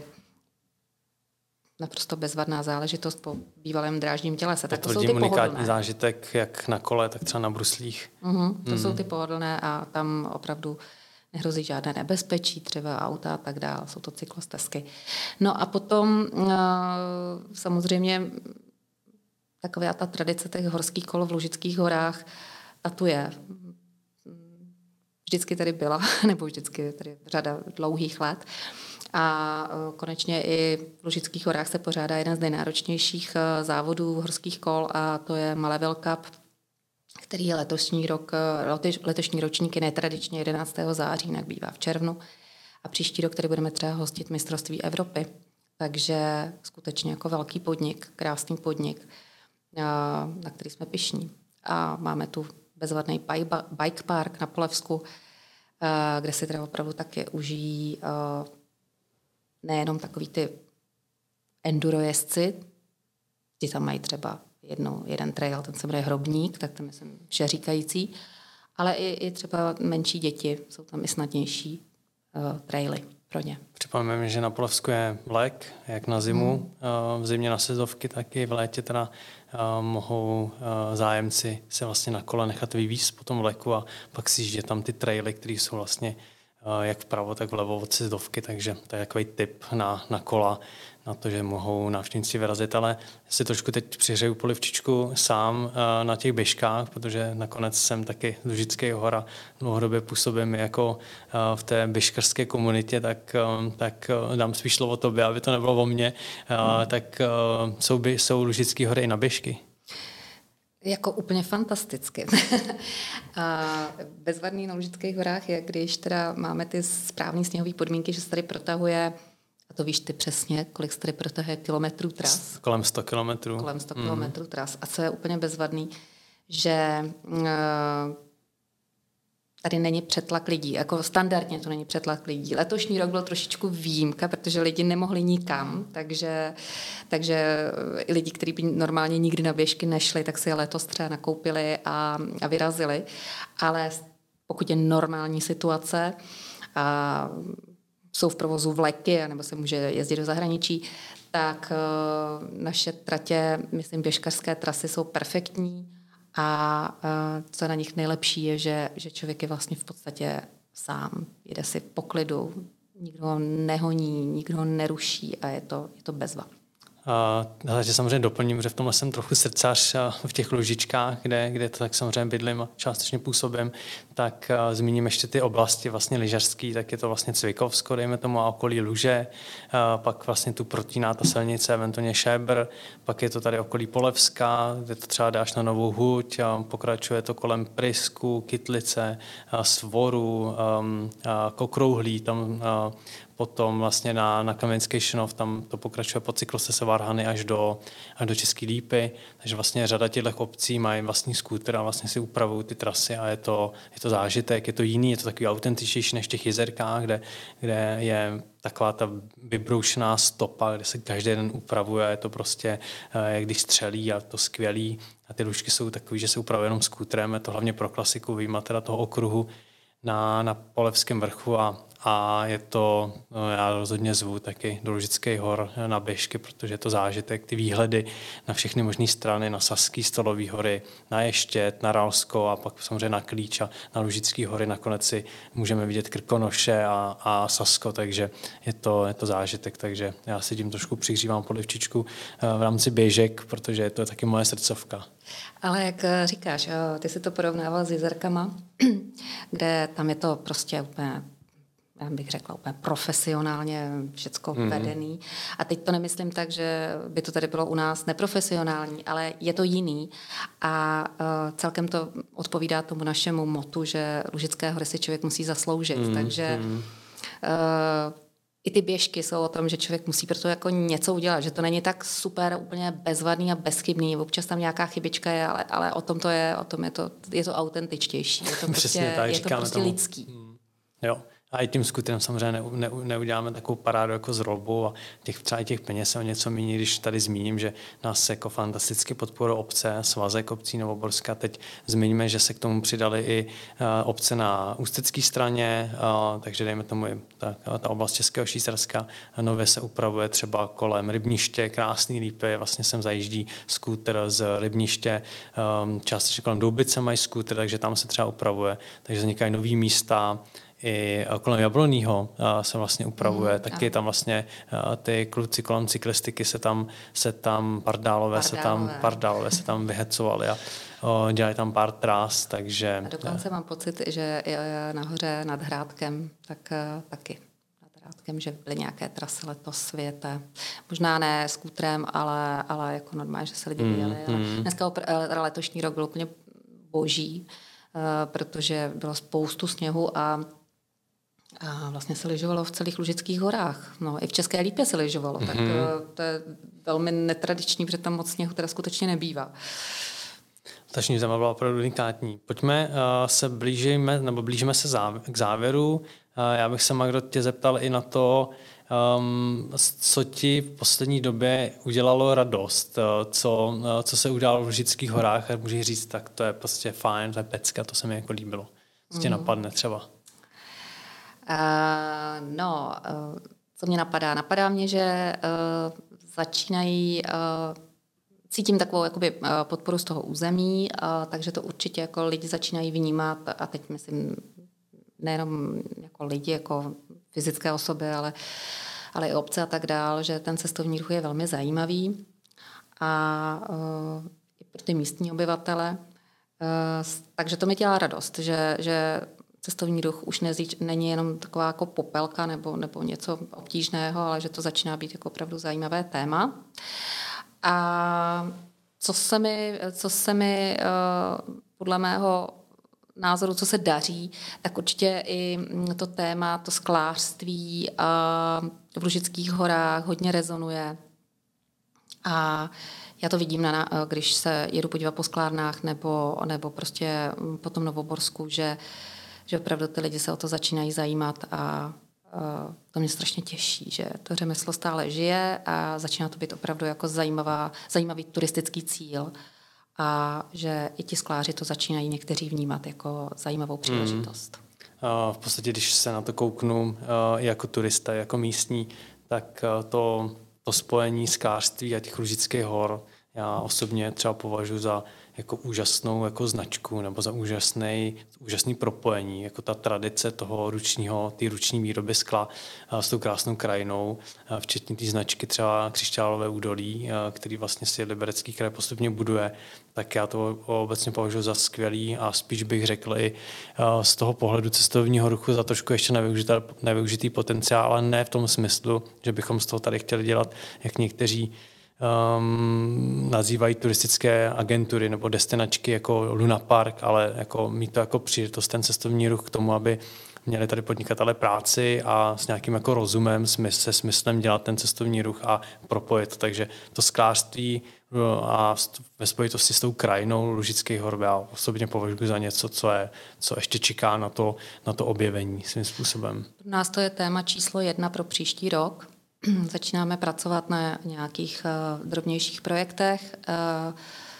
Naprosto bezvadná záležitost po bývalém drážním tělese. Tak to jsou ty unikátní pohodlné. zážitek, jak na kole, tak třeba na bruslích. Mm-hmm, to mm. jsou ty pohodlné a tam opravdu nehrozí žádné nebezpečí, třeba auta a tak dále. Jsou to cyklostezky. No a potom uh, samozřejmě taková ta tradice těch horských kol v Lužických horách, ta tu je. Vždycky tady byla, nebo vždycky tady řada dlouhých let. A konečně i v Lužických horách se pořádá jeden z nejnáročnějších závodů horských kol a to je Malevel Cup, který je letošní rok, letošní ročník je netradičně jedenáctého září, jinak bývá v červnu. A příští rok tady budeme třeba hostit mistrovství Evropy. Takže skutečně jako velký podnik, krásný podnik, na který jsme pyšní. A máme tu bezvadný bike park na Polevsku, kde si teda opravdu taky užijí nejenom takový ty enduro jezdci, ti tam mají třeba jedno, jeden trail, ten se jmenuje Hrobník, tak tam myslím všeříkající, ale i, i třeba menší děti, jsou tam i snadnější uh, traily pro ně. Připomeneme, že na Polevsku je vlek, jak na zimu, hmm. v zimě na sezovky, tak i v létě teda uh, mohou uh, zájemci se vlastně na kole nechat vyvízt po tom vleku a pak si žije tam ty traily, které jsou vlastně jak vpravo, tak vlevo od sjezdovky, takže to je takový tip na, na kola, na to, že mohou návštěvníci vyrazit, ale si trošku teď přihřeju polivčičku sám uh, na těch běžkách, protože nakonec jsem taky z Lužických hor a dlouhodobě působím jako uh, v té běžkařské komunitě, tak, uh, tak uh, dám spíš slovo tobě, aby to nebylo o mně. Uh, hmm. Tak uh, jsou, by, jsou Lužické hory i na běžky? Jako úplně fantasticky. A bezvadný na Lužických horách je, když teda máme ty správné sněhové podmínky, že se tady protahuje, a to víš ty přesně, kolik se tady protahuje kilometrů tras. Kolem sto kilometrů. Kolem sto kilometrů tras. A co je úplně bezvadný, že uh, tady není přetlak lidí. Jako standardně to není přetlak lidí. Letošní rok byl trošičku výjimka, protože lidi nemohli nikam, takže, takže lidi, kteří by normálně nikdy na běžky nešli, tak si je letos třeba nakoupili a, a vyrazili. Ale pokud je normální situace a jsou v provozu vleky, nebo se může jezdit do zahraničí, tak uh, naše tratě, myslím, běžkařské trasy jsou perfektní. A uh, co na nich nejlepší je, že, že člověk je vlastně v podstatě sám, jede si v poklidu, nikdo ho nehoní, nikdo ho neruší a je to, je to bezva. Uh, že samozřejmě doplním, že v tomhle jsem trochu srdcař v těch Lužičkách, kde, kde to tak samozřejmě bydlím a částečně působím, tak uh, zmíním ještě ty oblasti vlastně lyžařský, tak je to vlastně Cvikovsko, dejme tomu, a okolí Luže, uh, pak vlastně tu protíná ta silnice, eventuálně Šébr, pak je to tady okolí Polevska, kde to třeba dáš na Novou Huť, a pokračuje to kolem Prysku, Kytlice, uh, Svoru, um, uh, Kokrouhlí, tam uh, potom vlastně na, na Kamenický Šenov, tam to pokračuje po cyklosteze Varhany až do, až do České Lípy, takže vlastně řada těchto obcí mají vlastní skútr a vlastně si upravují ty trasy a je to, je to zážitek, je to jiný, je to takový autentičtější než v těch jezerkách, kde, kde je taková ta vybroušená stopa, kde se každý den upravuje, je to prostě, jak když střelí a to skvělý. A ty Lužky jsou takový, že se upravují jenom skútrem, je to hlavně pro klasiku, vyjma teda toho okruhu na, na Polevském vrchu a A je to, no já rozhodně zvu taky do Lužických hor na běžky, protože je to zážitek, ty výhledy na všechny možné strany, na Saský, Stolový hory, na Ještěd, na Ralsko a pak samozřejmě na Klíč a na Lužický hory. Nakonec si můžeme vidět Krkonoše a, a Sasko, takže je to, je to zážitek. Takže já si tím trošku přihřívám polivčičku v rámci běžek, protože to je taky moje srdcovka. Ale jak říkáš, ty si to porovnával s jezerkama, kde tam je to prostě úplně, já bych řekla, úplně profesionálně všecko mm. vedený. A teď to nemyslím tak, že by to tady bylo u nás neprofesionální, ale je to jiný. A uh, celkem to odpovídá tomu našemu motu, že Lužické hory si člověk musí zasloužit. Mm. Takže uh, i ty běžky jsou o tom, že člověk musí pro to jako něco udělat, že to není tak super úplně bezvadný a bezchybný. Občas tam nějaká chybička je, ale, ale o tom to je, o tom je to, je to autentičtější. Je to prostě, tak, je to prostě tomu. lidský. Mm. Jo. A i tím skutrem samozřejmě ne, ne, neuděláme takovou parádu jako s rolbou a těch, třeba i těch peněz o něco méně, když tady zmíním, že nás jako fantasticky podporují obce, Svazek obcí Novoborska. Teď zmíníme, že se k tomu přidali i uh, obce na ústecké straně, uh, takže dejme tomu i ta, ta oblast Českého Švýcarska. Nově se upravuje třeba kolem Rybniště, krásný Lípy, vlastně sem zajíždí skútr z Rybniště, um, částečně kolem Doubice mají skútr, takže tam se třeba upravuje, takže vznikají nový místa. I kolem Jablonního se vlastně upravuje, mm, taky tam vlastně ty kluci kolem cyklistiky se tam, se tam pardálové, se tam, pardálové se tam vyhecovali a o, dělali tam pár trás, takže... A dokonce mám pocit, že nahoře nad Hrádkem, tak taky nad Hrádkem, že byly nějaké trasy letos světe. Možná ne skútrem, ale, ale jako normálně, že se lidi vyjeli. Mm, mm. Dneska letošní rok byl úplně boží, protože bylo spoustu sněhu a A vlastně se lyžovalo v celých Lužických horách. No, i v České Lípě se lyžovalo. Mm-hmm. Tak to je velmi netradiční, protože tam moc sněhu teda skutečně nebývá. Tační zima byla opravdu unikátní. Pojďme uh, se blížíme, nebo blížíme se záv- k závěru. Uh, já bych se, Magdo, tě zeptal i na to, um, co ti v poslední době udělalo radost, uh, co, uh, co se udělalo v Lužických horách a můžeš říct, tak to je prostě fajn, to je pecka, to se mi jako líbilo. Co tě mm. napadne třeba? Uh, no, uh, co mě napadá? Napadá mě, že uh, začínají, uh, cítím takovou jakoby, uh, podporu z toho území, uh, takže to určitě jako lidi začínají vnímat, a teď myslím nejenom jako lidi, jako fyzické osoby, ale, ale i obce a tak dál, že ten cestovní ruch je velmi zajímavý a uh, i pro ty místní obyvatele. Uh, takže to mi dělá radost, že, že cestovní ruch už nezí, není jenom taková jako popelka nebo, nebo něco obtížného, ale že to začíná být jako opravdu zajímavé téma. A co se mi, co se mi uh, podle mého názoru, co se daří, tak určitě i to téma, to sklářství uh, v Lužických horách hodně rezonuje. A já to vidím, na, když se jedu podívat po sklárnách nebo, nebo prostě po tom Novoborsku, že že opravdu ty lidi se o to začínají zajímat a uh, to mě strašně těší, že to řemeslo stále žije a začíná to být opravdu jako zajímavá, zajímavý turistický cíl a že i ti skláři to začínají někteří vnímat jako zajímavou příležitost. Mm. Uh, v podstatě, když se na to kouknu uh, jako turista, jako místní, tak uh, to, to spojení sklářství a těch Lužických hor já osobně třeba považuji za jako úžasnou jako značku nebo za úžasný, úžasný propojení, jako ta tradice toho ručního, té ruční výroby skla s tou krásnou krajinou, včetně té značky třeba Křišťálové údolí, který vlastně si Liberecký kraj postupně buduje, tak já to obecně považuji za skvělý a spíš bych řekl i z toho pohledu cestovního ruchu za trošku ještě nevyužitý potenciál, ale ne v tom smyslu, že bychom z toho tady chtěli dělat, jak někteří um, nazývají turistické agentury nebo destinačky jako Luna Park, ale jako mít to jako příležitost ten cestovní ruch k tomu, aby měli tady podnikatelé práci a s nějakým jako rozumem, se smyslem dělat ten cestovní ruch a propojit. Takže to sklářství a ve spojitosti s tou krajinou Lužických hor já osobně považuji za něco, co, je, co ještě čeká na to, na to objevení svým způsobem. Pro nás to je téma číslo jedna pro příští rok. Začínáme pracovat na nějakých uh, drobnějších projektech, uh,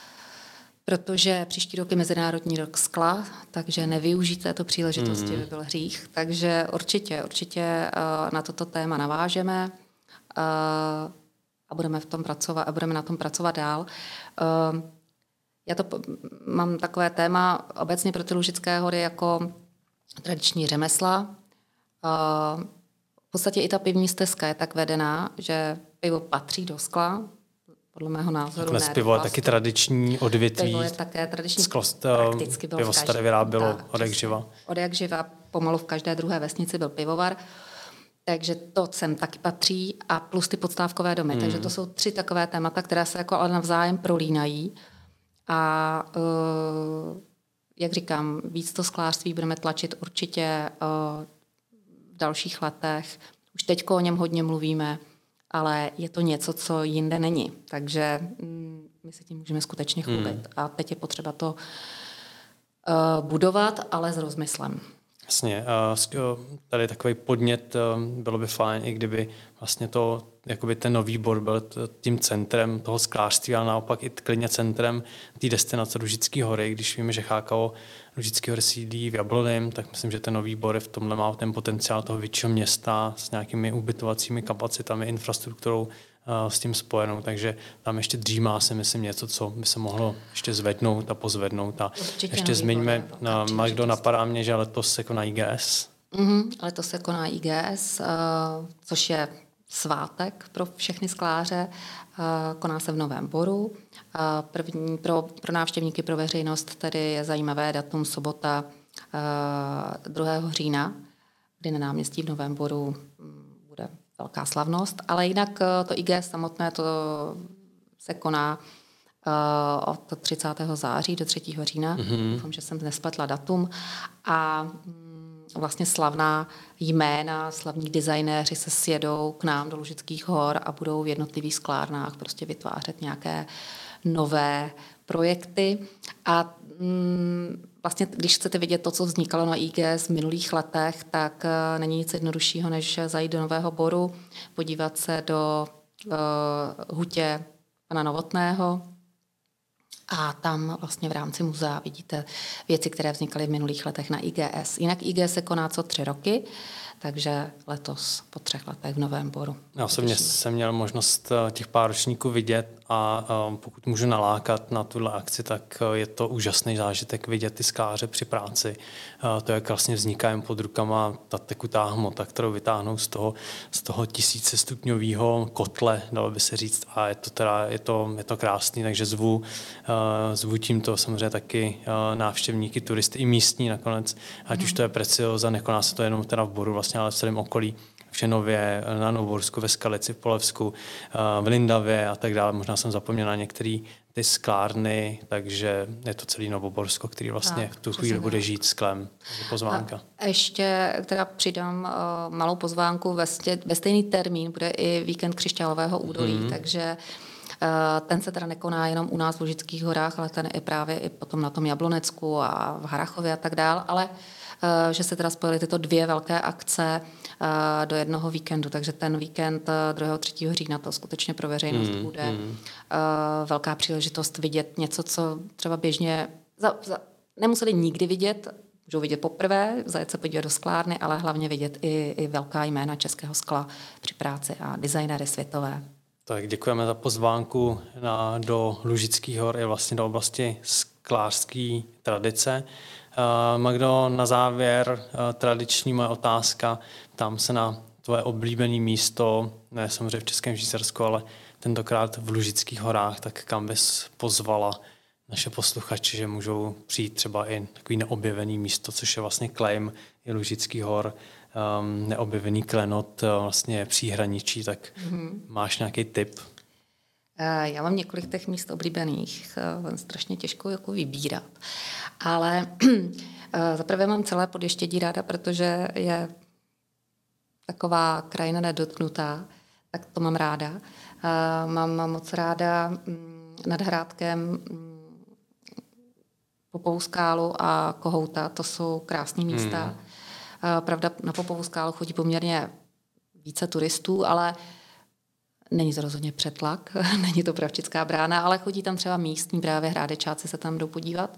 protože příští rok je Mezinárodní rok skla, takže nevyužít této příležitosti mm. by byl hřích. Takže určitě, určitě uh, na toto téma navážeme uh, a budeme v tom pracovat a budeme na tom pracovat dál. Uh, já to mám takové téma obecně pro ty Lužické hory jako tradiční řemesla. Uh, v podstatě i ta pivní stezka je tak vedená, že pivo patří do skla. Podle mého názoru ne. Pivo je taky tradiční odvětví. Pivo je také tradiční. Sklost, prakticky bylo pivo se tady vyrábělo od jak živa. Od jak živa, pomalu v každé druhé vesnici byl pivovar. Takže to sem taky patří a plus ty podstávkové domy. Hmm. Takže to jsou tři takové témata, které se jako ale navzájem prolínají. A uh, jak říkám, víc to sklářství budeme tlačit určitě uh, v dalších letech. Už teďko o něm hodně mluvíme, ale je to něco, co jinde není. Takže mm, my se tím můžeme skutečně chlubit. Hmm. A teď je potřeba to uh, budovat, ale s rozmyslem. Jasně. Tady takový podnět, bylo by fajn, i kdyby vlastně to, jakoby ten nový bod byl tím centrem toho sklářství, ale naopak i klidně centrem té destinace Lužické hory. Když víme, že H K O Lužické hory sídlí v Jablonném, tak myslím, že ten nový bod v tomhle má ten potenciál toho většího města s nějakými ubytovacími kapacitami, infrastrukturou s tím spojenou, takže tam ještě dřímá si myslím něco, co by se mohlo ještě zvednout a pozvednout. A určitě ještě zmiňme, má kdo napadá mě, že letos se koná I G S. Mm-hmm, letos se koná I G S, uh, což je svátek pro všechny skláře. Uh, koná se v Novém Boru. Uh, první pro, pro návštěvníky, pro veřejnost tedy je zajímavé datum sobota uh, druhého října, kdy na náměstí v Novém Boru um, bude velká slavnost, ale jinak to I G S samotné to se koná uh, od třicátého září do třetího října. Mm-hmm. Doufám, že jsem nespletla datum. A mm, vlastně slavná jména, slavní designéři se sjedou k nám do Lužických hor a budou v jednotlivých sklárnách prostě vytvářet nějaké nové projekty. A mm, vlastně, když chcete vidět to, co vznikalo na I G S v minulých letech, tak uh, není nic jednoduššího, než zajít do Nového Boru, podívat se do uh, hutě pana Novotného a tam vlastně v rámci muzea vidíte věci, které vznikaly v minulých letech na I G S. Jinak I G S se koná co tři roky, takže letos po třech letech v Novém Boru. Já osobně jsem měl možnost těch pár ročníků vidět a pokud můžu nalákat na tuhle akci, tak je to úžasný zážitek vidět ty skláře při práci. To, jak vlastně vzniká jim pod rukama ta tekutá hmota, kterou vytáhnou z toho, z toho tisícestupňového kotle, dalo by se říct. A je to, teda, je to, je to krásný, takže zvu, zvu tímto samozřejmě taky návštěvníky, turisty i místní nakonec. Ať mm. už to je Preciosa, nekoná se to jenom teda v Boru, vlastně, ale v celém okolí. V Šenově, na Novoborsku, ve Skalici, v Polevsku, v Lindavě a tak dále. Možná jsem zapomněl na některé ty sklárny, takže je to celý Novoborsko, který vlastně v tu chvíli bude žít sklem. Pozvánka. A ještě teda přidám uh, malou pozvánku. Ve, stě, ve stejný termín bude i víkend Křišťálového údolí, mm. takže uh, ten se teda nekoná jenom u nás v Lužických horách, ale ten je právě i potom na tom Jablonecku a v Harrachově a tak dále, ale uh, že se teda spojily tyto dvě velké akce do jednoho víkendu, takže ten víkend druhého třetího října to skutečně pro veřejnost mm, bude mm. Uh, velká příležitost vidět něco, co třeba běžně za, za, nemuseli nikdy vidět, můžou vidět poprvé, zajet se podívat do sklárny, ale hlavně vidět i, i velká jména českého skla při práci a designéry světové. Tak děkujeme za pozvánku na, do Lužických hor i vlastně do oblasti sklářské tradice. Uh, Magdo, na závěr uh, tradiční moje otázka. Ptám se na tvoje oblíbené místo, ne samozřejmě v Českém Švýcarsku, ale tentokrát v Lužických horách, tak kam bys pozvala naše posluchače, že můžou přijít třeba i takový neobjevený místo, což je vlastně claim i Lužických hor, um, neobjevený klenot, uh, vlastně příhraničí, tak mm-hmm. máš nějaký tip? Já mám několik těch míst oblíbených, strašně těžko jako vybírat, ale zaprvé mám celé Podještědí ráda, protože je taková krajina nedotknutá, tak to mám ráda. Mám moc ráda nad Hrádkem Popovou skálu a Kohouta, to jsou krásné místa. Hmm. Pravda, na Popovou skálu chodí poměrně více turistů, ale není to rozhodně přetlak, není to Pravčická brána, ale chodí tam třeba místní právě hrádečáci se tam jdou podívat.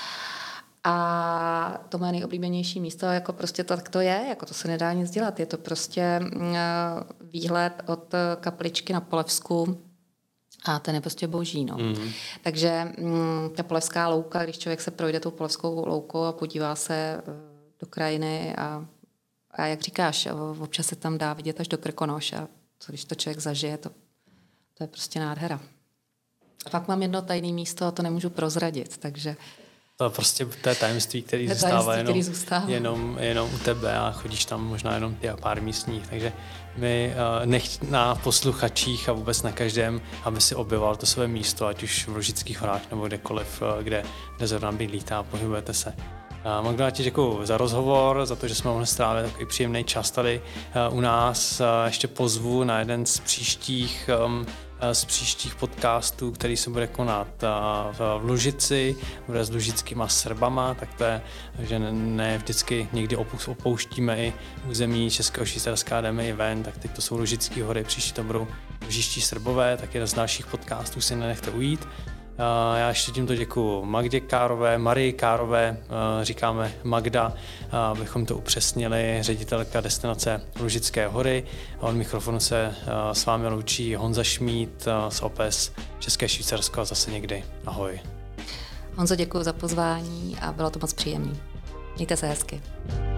A to moje nejoblíbenější místo, jako prostě to, tak to je, jako to se nedá nic dělat. Je to prostě výhled od kapličky na Polevsku a ten je prostě boží. No. Mm. Takže ta Polevská louka, když člověk se projde tou Polevskou loukou a podívá se do krajiny a, a jak říkáš, občas se tam dá vidět až do Krkonoš a co když to člověk zažije, to, to je prostě nádhera. A pak mám jedno tajné místo a to nemůžu prozradit, takže to prostě to je tajemství, který zůstává, tajemství, jenom, který zůstává. Jenom, jenom u tebe a chodíš tam možná jenom ty a pár místních. Takže my uh, nech na posluchačích a vůbec na každém, aby si objevoval to své místo, ať už v Lužických horách nebo kdekoliv, uh, kde, kde zrovna bydlíte a pohybujete se. Uh, Magdo, já ti děkuju za rozhovor, za to, že jsme mohli strávit takový příjemný čas tady uh, u nás. Uh, ještě pozvu na jeden z příštích um, z příštích podcastů, který se bude konat v Lužici, bude s lužickýma Srbama, tak to je, že ne vždycky někdy opouštíme i území Českého Švýcarska, jdeme i ven, tak teď to jsou Lužické hory, příští to budou Lužiští Srbové, tak jeden z dalších podcastů si nenechte ujít. Já ještě tímto děkuju Magdě Kárové, Marii Kárové, říkáme Magda, abychom to upřesnili, ředitelka destinace Lužické hory. Od mikrofonu se s vámi loučí Honza Šmíd z O P E S České Švýcarsko a zase někdy. Ahoj. Honzo, děkuji za pozvání a bylo to moc příjemné. Mějte se hezky.